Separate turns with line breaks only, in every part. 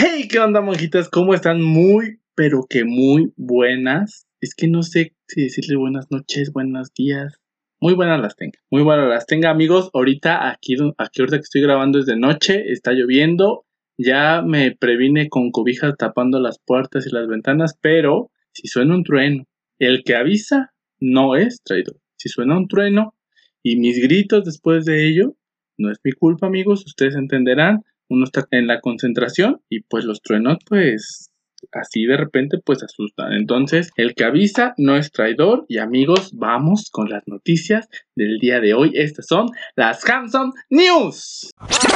Hey, ¿qué onda, monjitas? ¿Cómo están? Muy, pero que muy buenas. Es que no sé si decirle buenas noches, buenos días. Muy buenas las tenga. Muy buenas las tenga, amigos. Ahorita que estoy grabando es de noche, está lloviendo. Ya me previne con cobijas tapando las puertas y las ventanas, pero si suena un trueno, el que avisa no es traidor. Si suena un trueno y mis gritos después de ello, no es mi culpa, amigos. Ustedes entenderán. Uno está en la concentración y pues los truenos pues así de repente pues asustan. Entonces el que avisa no es traidor. Y amigos, vamos con las noticias del día de hoy. Estas son las Hamson News.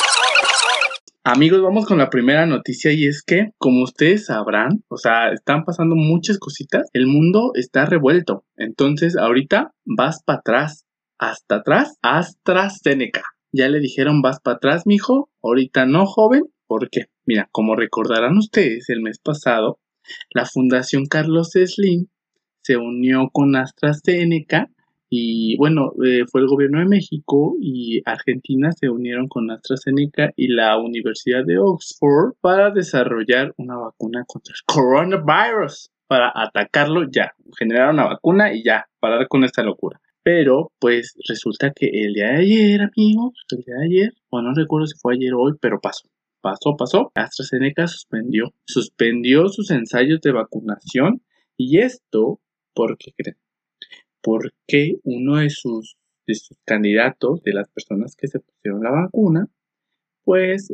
Amigos, vamos con la primera noticia y es que, como ustedes sabrán, están pasando muchas cositas, el mundo está revuelto, entonces ahorita vas para atrás, hasta atrás, AstraZeneca. Ya le dijeron vas para atrás, mijo, ahorita no, joven, ¿por qué? Mira, como recordarán ustedes, el mes pasado, la Fundación Carlos Slim se unió con AstraZeneca y bueno, fue el gobierno de México y Argentina se unieron con AstraZeneca y la Universidad de Oxford para desarrollar una vacuna contra el coronavirus, para atacarlo ya, generar una vacuna y ya, parar con esta locura. Pero pues resulta que el día de ayer, amigos, o no recuerdo si fue ayer o hoy, pero pasó. AstraZeneca suspendió sus ensayos de vacunación y esto, ¿por qué creen? Porque uno de sus candidatos, de las personas que se pusieron la vacuna, pues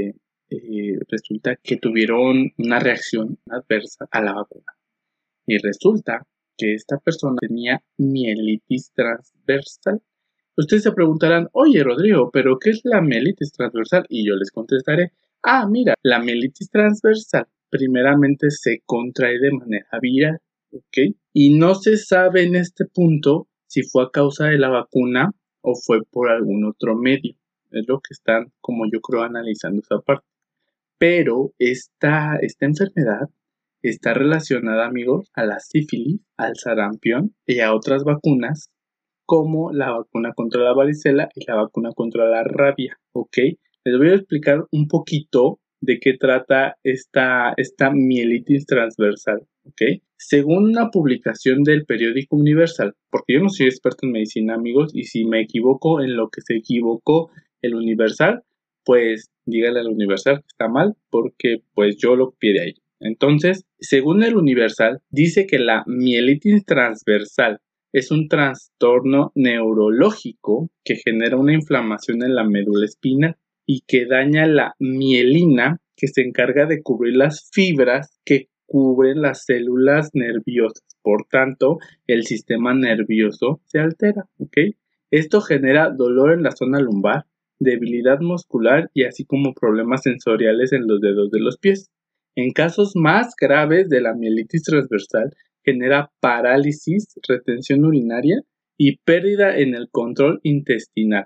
resulta que tuvieron una reacción adversa a la vacuna. Y resulta que esta persona tenía mielitis transversal. Ustedes se preguntarán, oye Rodrigo, ¿pero qué es la mielitis transversal? Y yo les contestaré, mira, la mielitis transversal primeramente se contrae de manera viral, ¿ok? Y no se sabe en este punto si fue a causa de la vacuna o fue por algún otro medio. Es lo que están, como yo creo, analizando esa parte. Pero esta enfermedad está relacionada, amigos, a la sífilis, al sarampión y a otras vacunas como la vacuna contra la varicela y la vacuna contra la rabia, ¿ok? Les voy a explicar un poquito de qué trata esta mielitis transversal, ¿ok? Según una publicación del periódico Universal, porque yo no soy experto en medicina, amigos, y si me equivoco en lo que se equivocó el Universal, pues dígale al Universal que está mal, porque pues yo lo pide ahí. Entonces, según el Universal, dice que la mielitis transversal es un trastorno neurológico que genera una inflamación en la médula espinal y que daña la mielina, que se encarga de cubrir las fibras que cubren las células nerviosas. Por tanto, el sistema nervioso se altera, ¿ok? Esto genera dolor en la zona lumbar, debilidad muscular y así como problemas sensoriales en los dedos de los pies. En casos más graves de la mielitis transversal, genera parálisis, retención urinaria y pérdida en el control intestinal.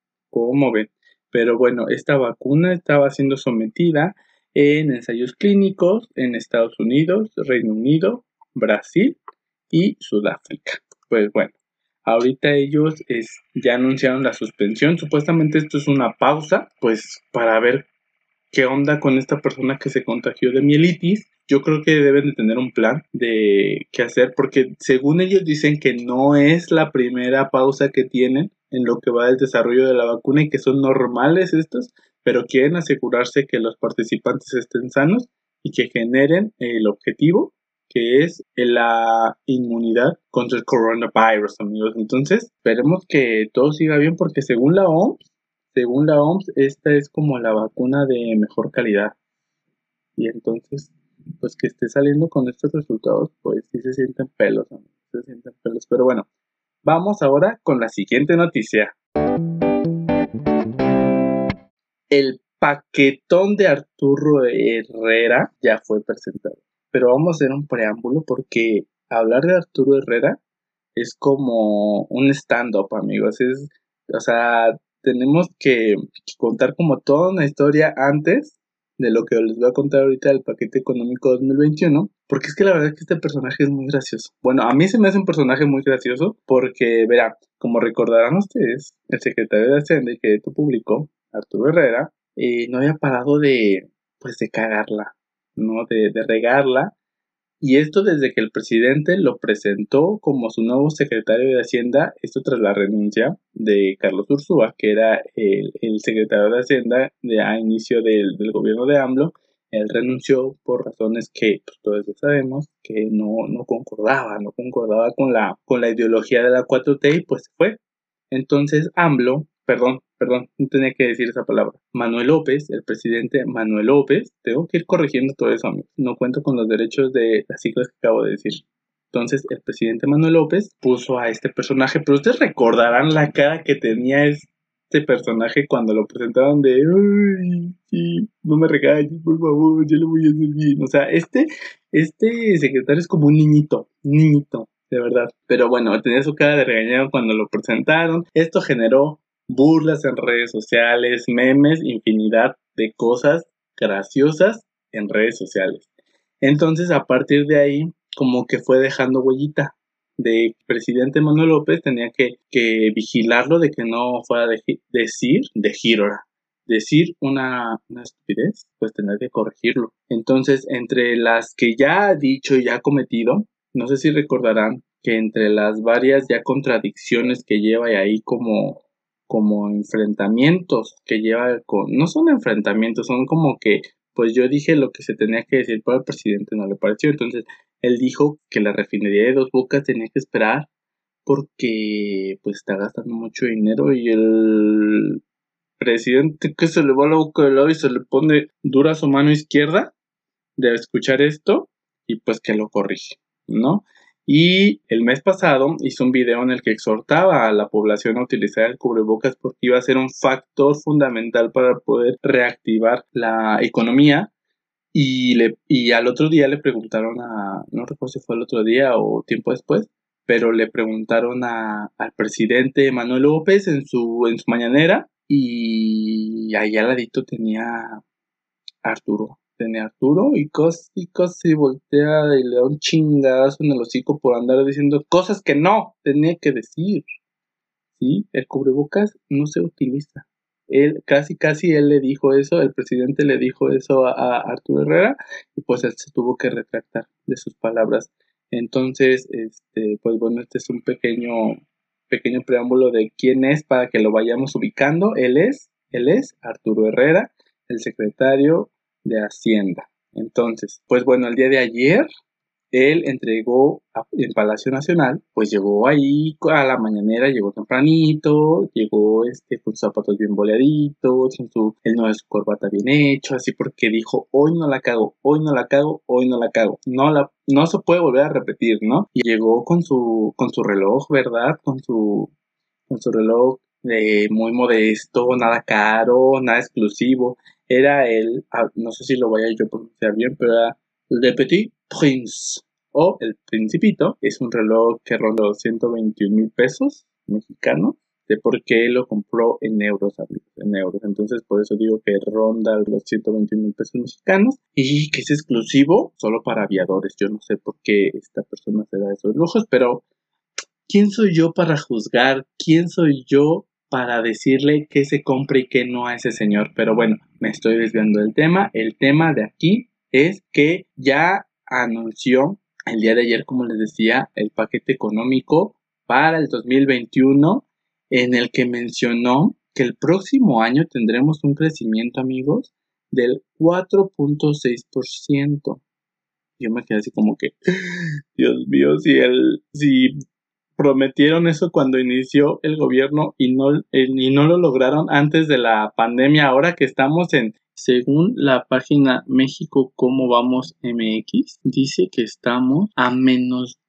¿Cómo ven? Pero bueno, esta vacuna estaba siendo sometida en ensayos clínicos en Estados Unidos, Reino Unido, Brasil y Sudáfrica. Pues bueno, ahorita ellos ya anunciaron la suspensión. Supuestamente esto es una pausa, pues para ver qué onda con esta persona que se contagió de mielitis. Yo creo que deben de tener un plan de qué hacer, porque según ellos dicen que no es la primera pausa que tienen en lo que va del desarrollo de la vacuna y que son normales estos, pero quieren asegurarse que los participantes estén sanos y que generen el objetivo, que es la inmunidad contra el coronavirus, amigos. Entonces, esperemos que todo siga bien, porque según la OMS, esta es como la vacuna de mejor calidad. Y entonces, pues que esté saliendo con estos resultados, pues sí se sienten pelos, amigos, se sienten pelos. Pero bueno, vamos ahora con la siguiente noticia. El paquetón de Arturo Herrera ya fue presentado. Pero vamos a hacer un preámbulo, porque hablar de Arturo Herrera es como un stand-up, amigos. Tenemos que contar como toda una historia antes de lo que les voy a contar ahorita del paquete económico 2021, porque es que la verdad es que este personaje es muy gracioso. Bueno, a mí se me hace un personaje muy gracioso porque, verá, como recordarán ustedes, el secretario de Hacienda y Crédito Público, Arturo Herrera, no había parado de pues de cagarla, ¿no? De regarla. Y esto desde que el presidente lo presentó como su nuevo secretario de Hacienda, esto tras la renuncia de Carlos Ursúa, que era el secretario de Hacienda a inicio del gobierno de AMLO. Él renunció por razones que pues, todos ya sabemos, que no concordaba con la ideología de la 4T y pues se fue. Entonces AMLO, perdón, no tenía que decir esa palabra. Manuel López, el presidente Manuel López, tengo que ir corrigiendo todo eso, amigos. No cuento con los derechos de las siglas que acabo de decir. Entonces, el presidente Manuel López puso a este personaje, pero ustedes recordarán la cara que tenía este personaje cuando lo presentaron de, ay, sí, no me regañes, por favor, yo lo voy a hacer bien. O sea, este secretario es como un niñito, de verdad. Pero bueno, tenía su cara de regañado cuando lo presentaron. Esto generó burlas en redes sociales, memes, infinidad de cosas graciosas en redes sociales. Entonces, a partir de ahí, como que fue dejando huellita de presidente Manuel López, tenía que vigilarlo de que no fuera a decir una estupidez, pues tenía que corregirlo. Entonces, entre las que ya ha dicho y ya ha cometido, no sé si recordarán que entre las varias ya contradicciones que lleva ahí como enfrentamientos que lleva no son enfrentamientos, son como que, pues yo dije lo que se tenía que decir, pero al presidente no le pareció. Entonces, él dijo que la refinería de Dos Bocas tenía que esperar porque pues está gastando mucho dinero y el presidente que se le va la boca de lado y se le pone dura su mano izquierda de escuchar esto y pues que lo corrige, ¿no? Y el mes pasado hizo un video en el que exhortaba a la población a utilizar el cubrebocas porque iba a ser un factor fundamental para poder reactivar la economía. Y al otro día le preguntaron no recuerdo si fue el otro día o tiempo después, pero le preguntaron al presidente Manuel López en su mañanera y ahí al ladito tenía Arturo y casi voltea y le da un chingazo en el hocico por andar diciendo cosas que no tenía que decir, ¿sí? El cubrebocas no se utiliza. Él, casi él le dijo eso, el presidente le dijo eso a Arturo Herrera y pues él se tuvo que retractar de sus palabras. Entonces, pues bueno, este es un pequeño preámbulo de quién es para que lo vayamos ubicando. Él es Arturo Herrera, el secretario de Hacienda. Entonces, pues bueno, el día de ayer él entregó en Palacio Nacional, pues llegó ahí a la mañanera, llegó tempranito, llegó con sus zapatos bien boleaditos, el nudo de su corbata bien hecho, así porque dijo, hoy no la cago, hoy no la cago, hoy no la cago, no se puede volver a repetir, ¿no? Y llegó con su reloj, ¿verdad? Con su reloj muy modesto, nada caro, nada exclusivo. Era no sé si lo vaya yo a pronunciar bien, pero era Le Petit Prince o El Principito. Es un reloj que ronda los 121,000 pesos mexicanos. De por qué lo compró en euros, amigos, en euros. Entonces, por eso digo que ronda los 121,000 pesos mexicanos y que es exclusivo solo para aviadores. Yo no sé por qué esta persona se da esos lujos, pero ¿quién soy yo para juzgar? ¿Quién soy yo para decirle qué se compra y qué no a ese señor? Pero bueno, me estoy desviando del tema. El tema de aquí es que ya anunció el día de ayer, como les decía, el paquete económico para el 2021 en el que mencionó que el próximo año tendremos un crecimiento, amigos, del 4.6%. Yo me quedé así como que, Dios mío, si prometieron eso cuando inició el gobierno y no lo lograron antes de la pandemia, ahora que estamos según la página México Cómo Vamos MX, dice que estamos a menos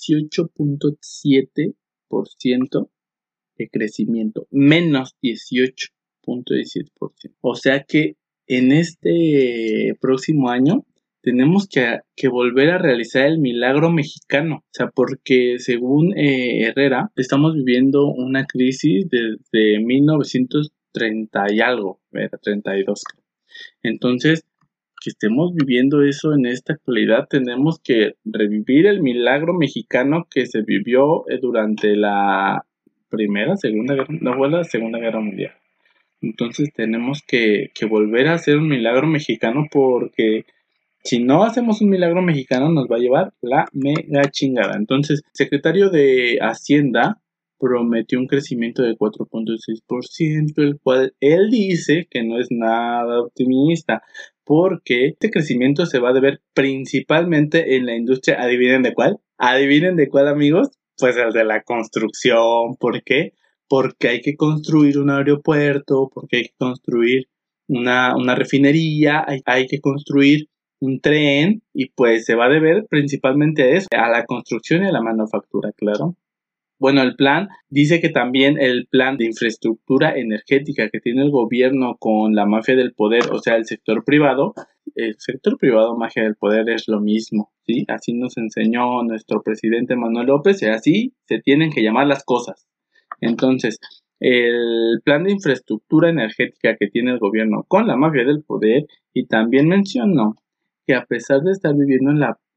18.7% de crecimiento, menos 18.17%. O sea que en este próximo año tenemos que volver a realizar el milagro mexicano. O sea, porque según Herrera, estamos viviendo una crisis desde 1930 y algo, era 32. Entonces, que estemos viviendo eso en esta actualidad, tenemos que revivir el milagro mexicano que se vivió durante la Segunda Guerra Mundial. Entonces tenemos que volver a hacer un milagro mexicano, porque si no hacemos un milagro mexicano nos va a llevar la mega chingada. Entonces, el secretario de Hacienda prometió un crecimiento de 4.6%, el cual él dice que no es nada optimista, porque este crecimiento se va a deber principalmente en la industria. ¿Adivinen de cuál? ¿Adivinen de cuál, amigos? Pues el de la construcción. ¿Por qué? Porque hay que construir un aeropuerto, porque hay que construir una refinería, hay que construir un tren, y pues se va a deber principalmente a eso, a la construcción y a la manufactura, claro. Bueno, el plan dice que también el plan de infraestructura energética que tiene el gobierno con la mafia del poder, o sea, el sector privado, mafia del poder es lo mismo, ¿sí? Así nos enseñó nuestro presidente Manuel López, y así se tienen que llamar las cosas. Entonces, el plan de infraestructura energética que tiene el gobierno con la mafia del poder, y también mencionó que a pesar de estar viviendo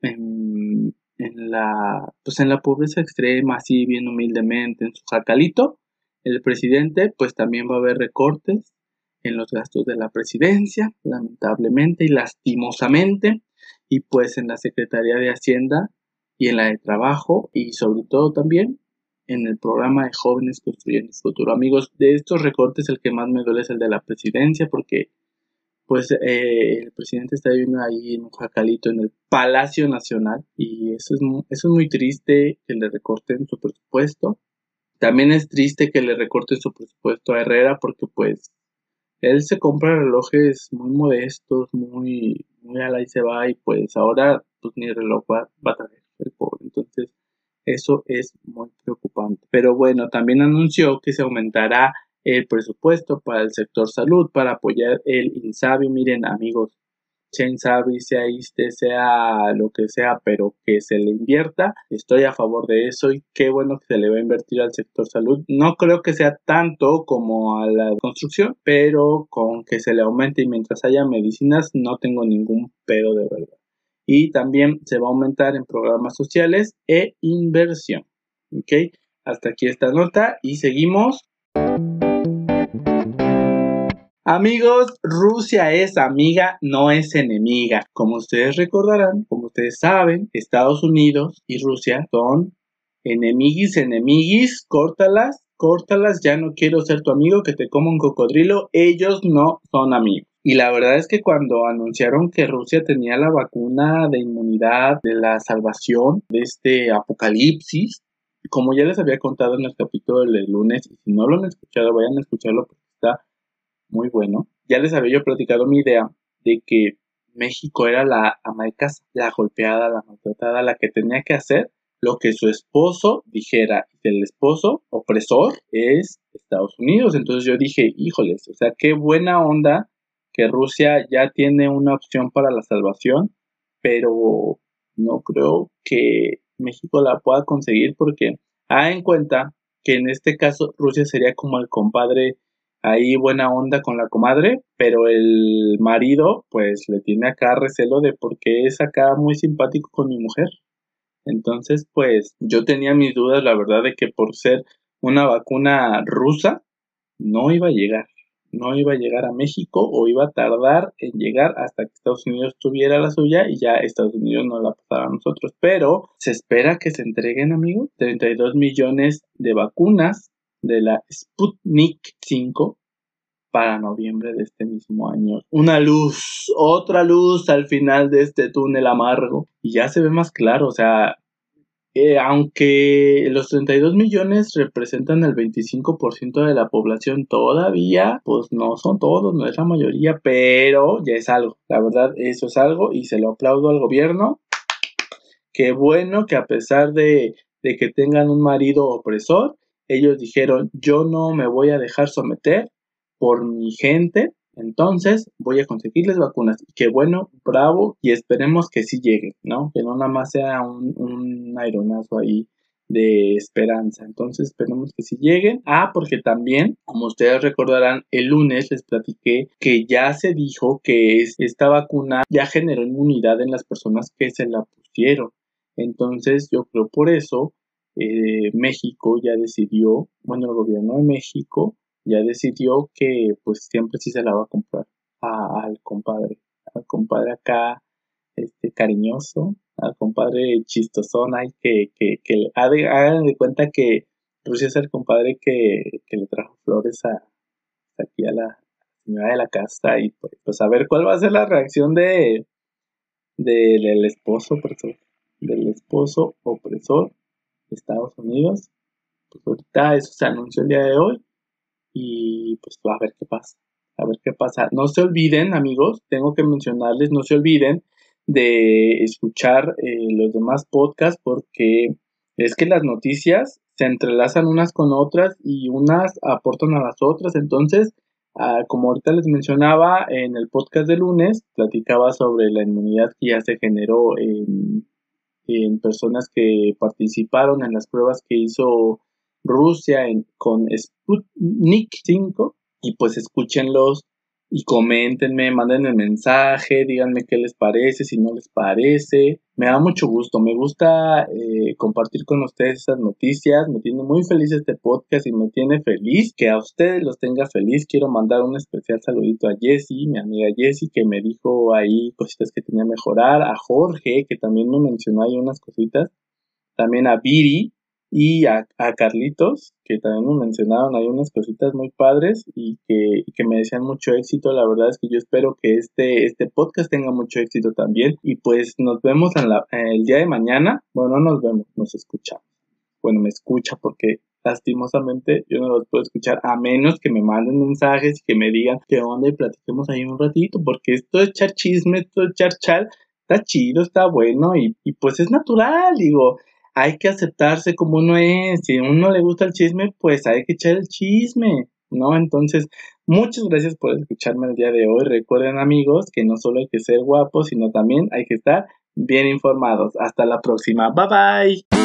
en la pobreza extrema, así bien humildemente en su jacalito, el presidente pues también va a haber recortes en los gastos de la presidencia, lamentablemente y lastimosamente, y pues en la Secretaría de Hacienda y en la de Trabajo, y sobre todo también en el programa de Jóvenes Construyendo el Futuro. Amigos, de estos recortes el que más me duele es el de la presidencia, porque pues el presidente está viviendo ahí en un jacalito en el Palacio Nacional, y eso es muy triste, que le recorten su presupuesto. También es triste que le recorten su presupuesto a Herrera, porque pues él se compra relojes muy modestos, muy a la y se va, y pues ahora pues ni reloj va a traer el pobre. Entonces eso es muy preocupante. Pero bueno, también anunció que se aumentará el presupuesto para el sector salud para apoyar el INSABI. Miren, amigos, sea INSABI, sea ISSSTE, sea lo que sea, pero que se le invierta. Estoy a favor de eso, y qué bueno que se le va a invertir al sector salud. No creo que sea tanto como a la construcción, pero con que se le aumente y mientras haya medicinas no tengo ningún pedo, de verdad. Y también se va a aumentar en programas sociales e inversión. ¿Ok? Hasta aquí esta nota y seguimos. Amigos, Rusia es amiga, no es enemiga. Como ustedes recordarán, como ustedes saben, Estados Unidos y Rusia son enemiguis, córtalas, córtalas, ya no quiero ser tu amigo, que te coma un cocodrilo. Ellos no son amigos. Y la verdad es que cuando anunciaron que Rusia tenía la vacuna de inmunidad, de la salvación de este apocalipsis, como ya les había contado en el capítulo del lunes, y si no lo han escuchado, vayan a escucharlo porque está muy bueno. Ya les había yo platicado mi idea de que México era la ama de casa, la golpeada, la maltratada, la que tenía que hacer lo que su esposo dijera, y que el esposo opresor es Estados Unidos. Entonces yo dije, híjoles, o sea, qué buena onda que Rusia ya tiene una opción para la salvación, pero no creo que México la pueda conseguir, porque en cuenta que en este caso Rusia sería como el compadre ahí buena onda con la comadre, pero el marido pues le tiene acá recelo de porque es acá muy simpático con mi mujer. Entonces pues yo tenía mis dudas, la verdad, de que por ser una vacuna rusa no iba a llegar. No iba a llegar a México, o iba a tardar en llegar hasta que Estados Unidos tuviera la suya y ya Estados Unidos nos la pasara a nosotros. Pero se espera que se entreguen, amigos, 32 millones de vacunas de la Sputnik 5 para noviembre de este mismo año. Una luz, otra luz al final de este túnel amargo. Y ya se ve más claro, o sea, aunque los 32 millones representan el 25% de la población, todavía, pues no son todos, no es la mayoría, pero ya es algo. La verdad, eso es algo, y se lo aplaudo al gobierno. Qué bueno que a pesar de que tengan un marido opresor, ellos dijeron, yo no me voy a dejar someter por mi gente, entonces voy a conseguirles vacunas. Y qué bueno, bravo, y esperemos que sí lleguen, ¿no? Que no nada más sea un aeronazo ahí de esperanza. Entonces esperemos que sí lleguen. Porque también, como ustedes recordarán, el lunes les platiqué que ya se dijo que esta vacuna ya generó inmunidad en las personas que se la pusieron. Entonces yo creo por eso México ya decidió, bueno, el gobierno de México ya decidió que pues siempre sí se la va a comprar al compadre acá, cariñoso, al compadre chistosón, ay, que hagan de cuenta que Rusia es el compadre que le trajo flores aquí a la señora de la casa y pues a ver cuál va a ser la reacción del esposo opresor de Estados Unidos. Pues ahorita eso se anunció el día de hoy y pues a ver qué pasa. A ver qué pasa. No se olviden, amigos, tengo que mencionarles, no se olviden de escuchar los demás podcasts porque es que las noticias se entrelazan unas con otras y unas aportan a las otras. Entonces, como ahorita les mencionaba en el podcast de lunes, platicaba sobre la inmunidad que ya se generó en personas que participaron en las pruebas que hizo Rusia con Sputnik 5 y pues escúchenlos y coméntenme, mándenme mensaje, díganme qué les parece, si no les parece. Me da mucho gusto, me gusta compartir con ustedes esas noticias, me tiene muy feliz este podcast y me tiene feliz que a ustedes los tenga feliz. Quiero mandar un especial saludito a Jessie, mi amiga Jessie, que me dijo ahí cositas que tenía que mejorar, a Jorge, que también me mencionó ahí unas cositas, también a Viri y a Carlitos, que también me mencionaron ahí unas cositas muy padres y que me desean mucho éxito. La verdad es que yo espero que este podcast tenga mucho éxito también. Y pues nos vemos el día de mañana. Bueno, no nos vemos, nos escuchamos. Bueno, me escucha porque lastimosamente yo no los puedo escuchar a menos que me manden mensajes y que me digan qué onda y platiquemos ahí un ratito, porque esto es echar chisme, esto es echar chal, está chido, está bueno y pues es natural, digo, hay que aceptarse como uno es. Si a uno le gusta el chisme, pues hay que echar el chisme, ¿no? Entonces, muchas gracias por escucharme el día de hoy. Recuerden, amigos, que no solo hay que ser guapos, sino también hay que estar bien informados. Hasta la próxima. Bye bye.